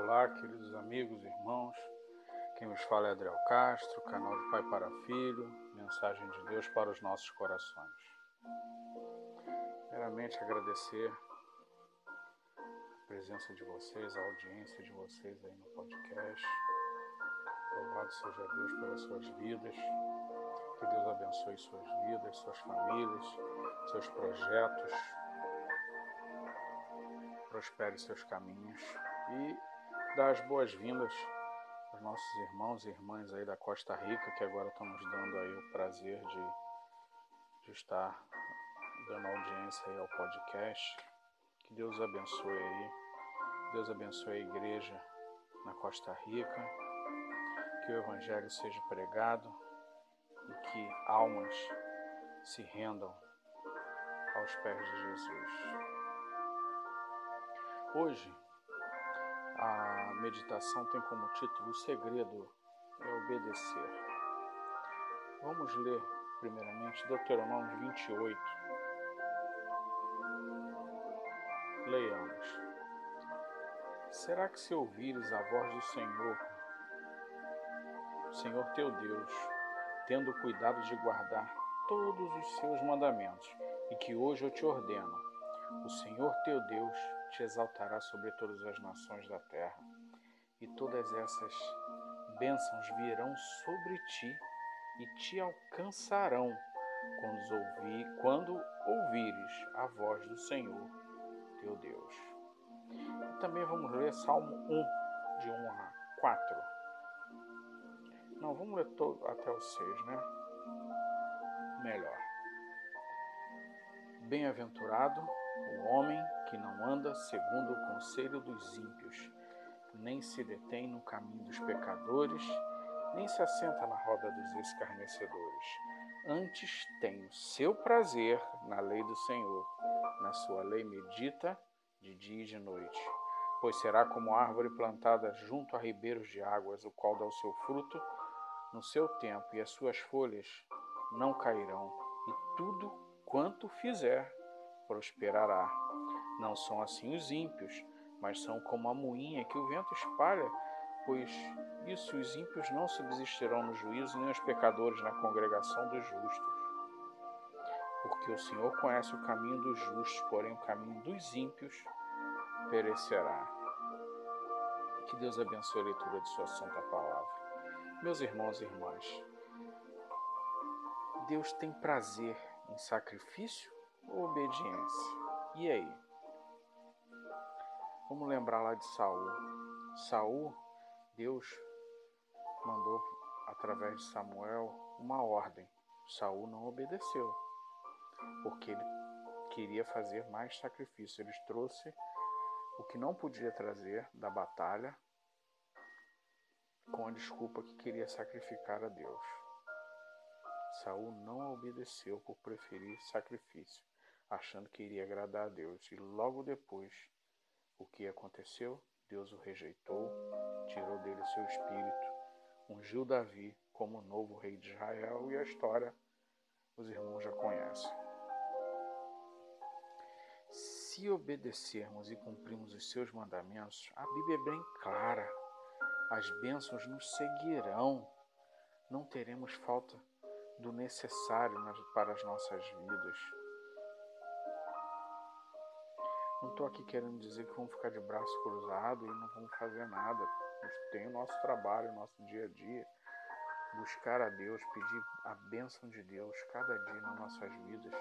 Olá, queridos amigos e irmãos. Quem nos fala é Adriel Castro, canal de Pai para Filho, mensagem de Deus para os nossos corações. Primeiramente, agradecer a presença de vocês, a audiência de vocês aí no podcast. Louvado seja Deus pelas suas vidas. Que Deus abençoe suas vidas, suas famílias, seus projetos. Prospere seus caminhos e dá as boas-vindas aos nossos irmãos e irmãs aí da Costa Rica, que agora estão nos dando aí o prazer de estar dando audiência aí ao podcast. Que Deus abençoe aí, Deus abençoe a igreja na Costa Rica, que o Evangelho seja pregado e que almas se rendam aos pés de Jesus. Hoje, a meditação tem como título: O segredo é obedecer. Vamos ler, primeiramente, Deuteronômio 28. Leiamos. Será que se ouvires a voz do Senhor teu Deus, tendo cuidado de guardar todos os seus mandamentos, e que hoje eu te ordeno, o Senhor teu Deus te exaltará sobre todas as nações da terra, e todas essas bênçãos virão sobre ti e te alcançarão quando ouvires a voz do Senhor teu Deus. E também vamos ler Salmo 1, de 1 a 4. Não, vamos ler até o 6, né? Melhor. Bem-aventurado o homem que não anda segundo o conselho dos ímpios, nem se detém no caminho dos pecadores, nem se assenta na roda dos escarnecedores. Antes tem o seu prazer na lei do Senhor, na sua lei medita de dia e de noite. Pois será como árvore plantada junto a ribeiros de águas, o qual dá o seu fruto no seu tempo, e as suas folhas não cairão, e tudo quanto fizer prosperará. Não são assim os ímpios, mas são como a moinha que o vento espalha, pois isso os ímpios não subsistirão no juízo, nem os pecadores na congregação dos justos. Porque o Senhor conhece o caminho dos justos, porém o caminho dos ímpios perecerá. Que Deus abençoe a leitura de sua santa palavra. Meus irmãos e irmãs, Deus tem prazer em sacrifício ou obediência? E aí? Vamos lembrar lá de Saul. Saul, Deus mandou através de Samuel uma ordem. Saul não obedeceu, porque ele queria fazer mais sacrifício. Ele trouxe o que não podia trazer da batalha, com a desculpa que queria sacrificar a Deus. Saul não obedeceu por preferir sacrifício, achando que iria agradar a Deus. E logo depois, o que aconteceu? Deus o rejeitou, tirou dele seu espírito, ungiu Davi como novo rei de Israel, e a história os irmãos já conhecem. Se obedecermos e cumprirmos os seus mandamentos, a Bíblia é bem clara. As bênçãos nos seguirão. Não teremos falta do necessário para as nossas vidas. Não estou aqui querendo dizer que vamos ficar de braço cruzado e não vamos fazer nada. A gente tem o nosso trabalho, o nosso dia a dia. Buscar a Deus, pedir a bênção de Deus cada dia nas nossas vidas.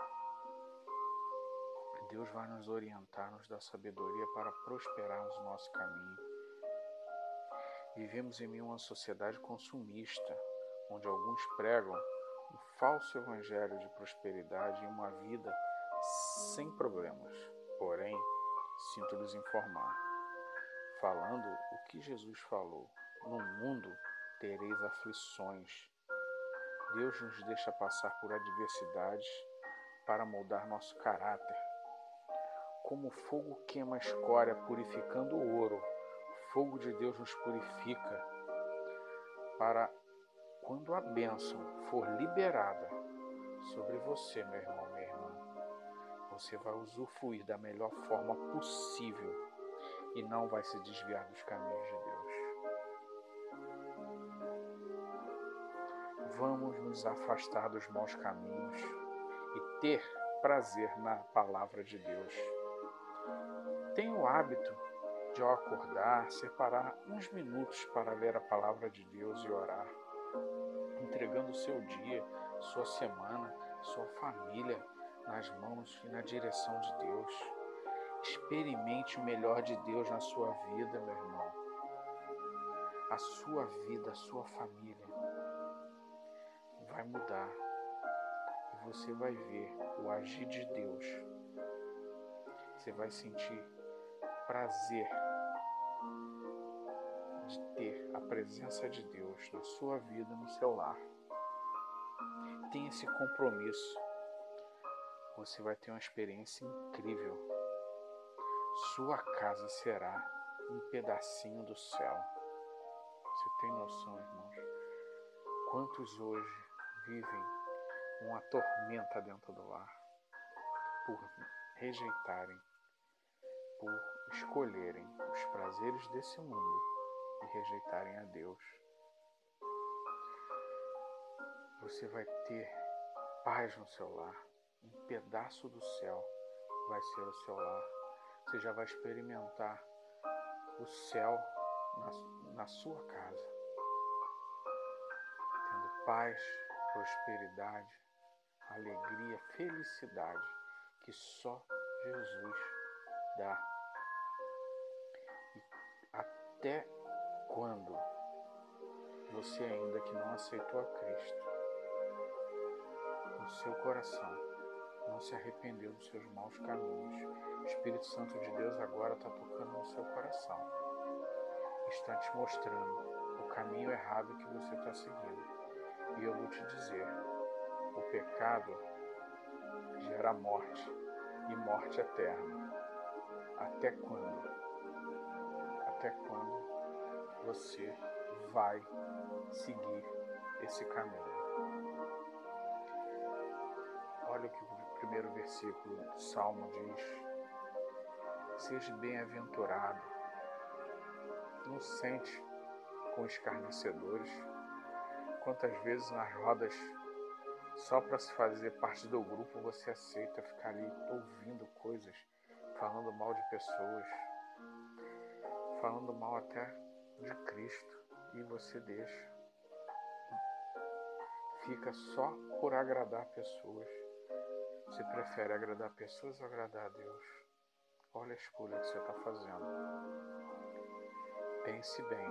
Deus vai nos orientar, nos dar sabedoria para prosperarmos o nosso caminho. Vivemos em meio a uma sociedade consumista, onde alguns pregam um falso evangelho de prosperidade e uma vida sem problemas. Porém, sinto-lhes informar, falando o que Jesus falou: no mundo tereis aflições. Deus nos deixa passar por adversidades para moldar nosso caráter. Como o fogo queima a escória, purificando o ouro, o fogo de Deus nos purifica para, quando a bênção for liberada sobre você, meu irmão, minha irmã, você vai usufruir da melhor forma possível. e não vai se desviar dos caminhos de Deus. Vamos nos afastar dos maus caminhos e ter prazer na palavra de Deus. Tenha o hábito de, ao acordar, separar uns minutos para ler a palavra de Deus e orar, entregando o seu dia, sua semana, sua família nas mãos e na direção de Deus. Experimente o melhor de Deus na sua vida, meu irmão. A sua vida, a sua família vai mudar e você vai ver o agir de Deus. Você vai sentir prazer de ter a presença de Deus na sua vida, no seu lar. Tenha esse compromisso. Você vai ter uma experiência incrível. Sua casa será um pedacinho do céu. Você tem noção, irmãos? Quantos hoje vivem uma tormenta dentro do lar por rejeitarem, por escolherem os prazeres desse mundo e rejeitarem a Deus. Você vai ter paz no seu lar. Um pedaço do céu vai ser o seu lar. Você já vai experimentar o céu na sua casa, tendo paz, prosperidade, alegria, felicidade que só Jesus dá. E até quando você ainda que não aceitou a Cristo no seu coração, não se arrependeu dos seus maus caminhos, o Espírito Santo de Deus agora está tocando no seu coração, está te mostrando o caminho errado que você está seguindo. E eu vou te dizer, o pecado gera morte e morte eterna. Até quando? Até quando você vai seguir esse caminho? Olha o que o primeiro versículo do Salmo diz: seja bem-aventurado, não sente com escarnecedores. Quantas vezes nas rodas, só para se fazer parte do grupo, você aceita ficar ali ouvindo coisas, falando mal de pessoas, falando mal até de Cristo, e você deixa. Fica só por agradar pessoas. Você prefere agradar pessoas ou agradar a Deus? Olha a escolha que você está fazendo. Pense bem.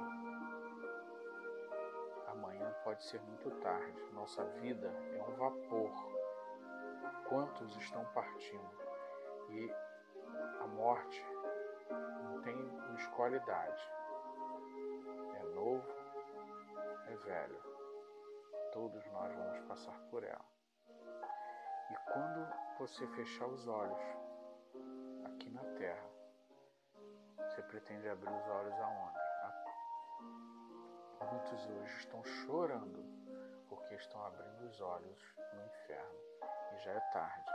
Amanhã pode ser muito tarde. Nossa vida é um vapor. Quantos estão partindo? E a morte não escolhe idade. É novo, é velho. Todos nós vamos passar por ela. E quando você fechar os olhos aqui na terra, você pretende abrir os olhos aonde? Muitos hoje estão chorando porque estão abrindo os olhos no inferno e já é tarde.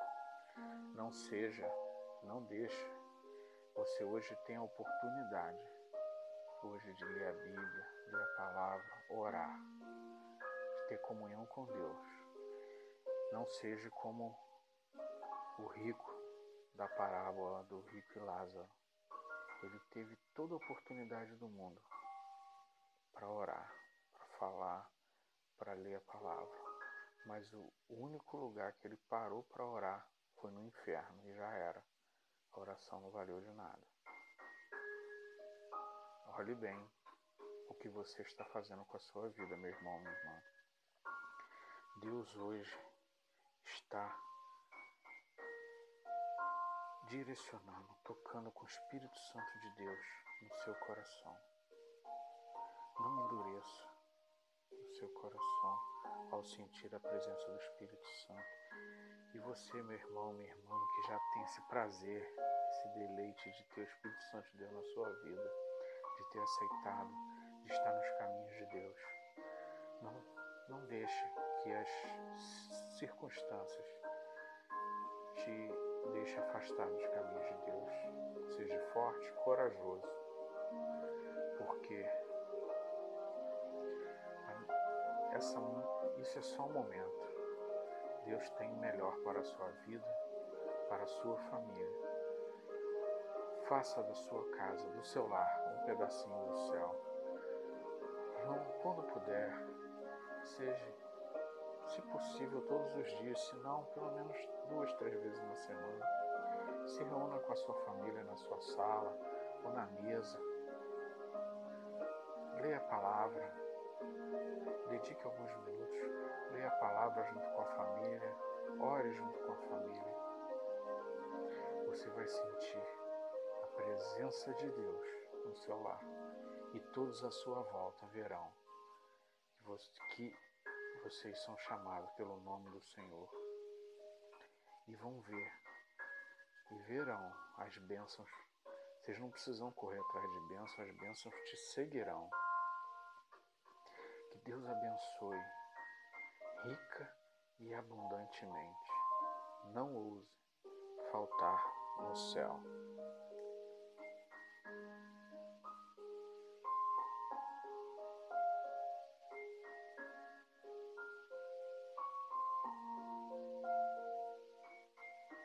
Não deixe. Você hoje tem a oportunidade hoje de ler a Bíblia, ler a palavra, orar, de ter comunhão com Deus. Não seja como o rico da parábola do rico e Lázaro. Ele teve toda a oportunidade do mundo para orar, para falar, para ler a palavra. Mas o único lugar que ele parou para orar foi no inferno e já era. A oração não valeu de nada. Olhe bem o que você está fazendo com a sua vida, meu irmão, minha irmã. Deus hoje está direcionando, tocando com o Espírito Santo de Deus no seu coração. Não endureça o seu coração ao sentir a presença do Espírito Santo. E você, meu irmão, minha irmã, que já tem esse prazer, esse deleite de ter o Espírito Santo de Deus na sua vida, de ter aceitado, de estar nos caminhos de Deus. Não deixe que as circunstâncias te deixe afastar dos caminhos de Deus. Seja forte, corajoso, porque isso é só um momento. Deus tem o melhor para a sua vida, para a sua família. Faça da sua casa, do seu lar, um pedacinho do céu. Quando puder, seja, se possível, todos os dias, se não, pelo menos 2, 3 vezes na semana. Se reúna com a sua família na sua sala ou na mesa. Leia a palavra. Dedique alguns minutos. Leia a palavra junto com a família. Ore junto com a família. Você vai sentir a presença de Deus no seu lar. E todos à sua volta verão que vocês são chamados pelo nome do Senhor. E vão ver. E verão as bênçãos. Vocês não precisam correr atrás de bênçãos, as bênçãos te seguirão. Que Deus abençoe, rica e abundantemente. Não ouse faltar no céu.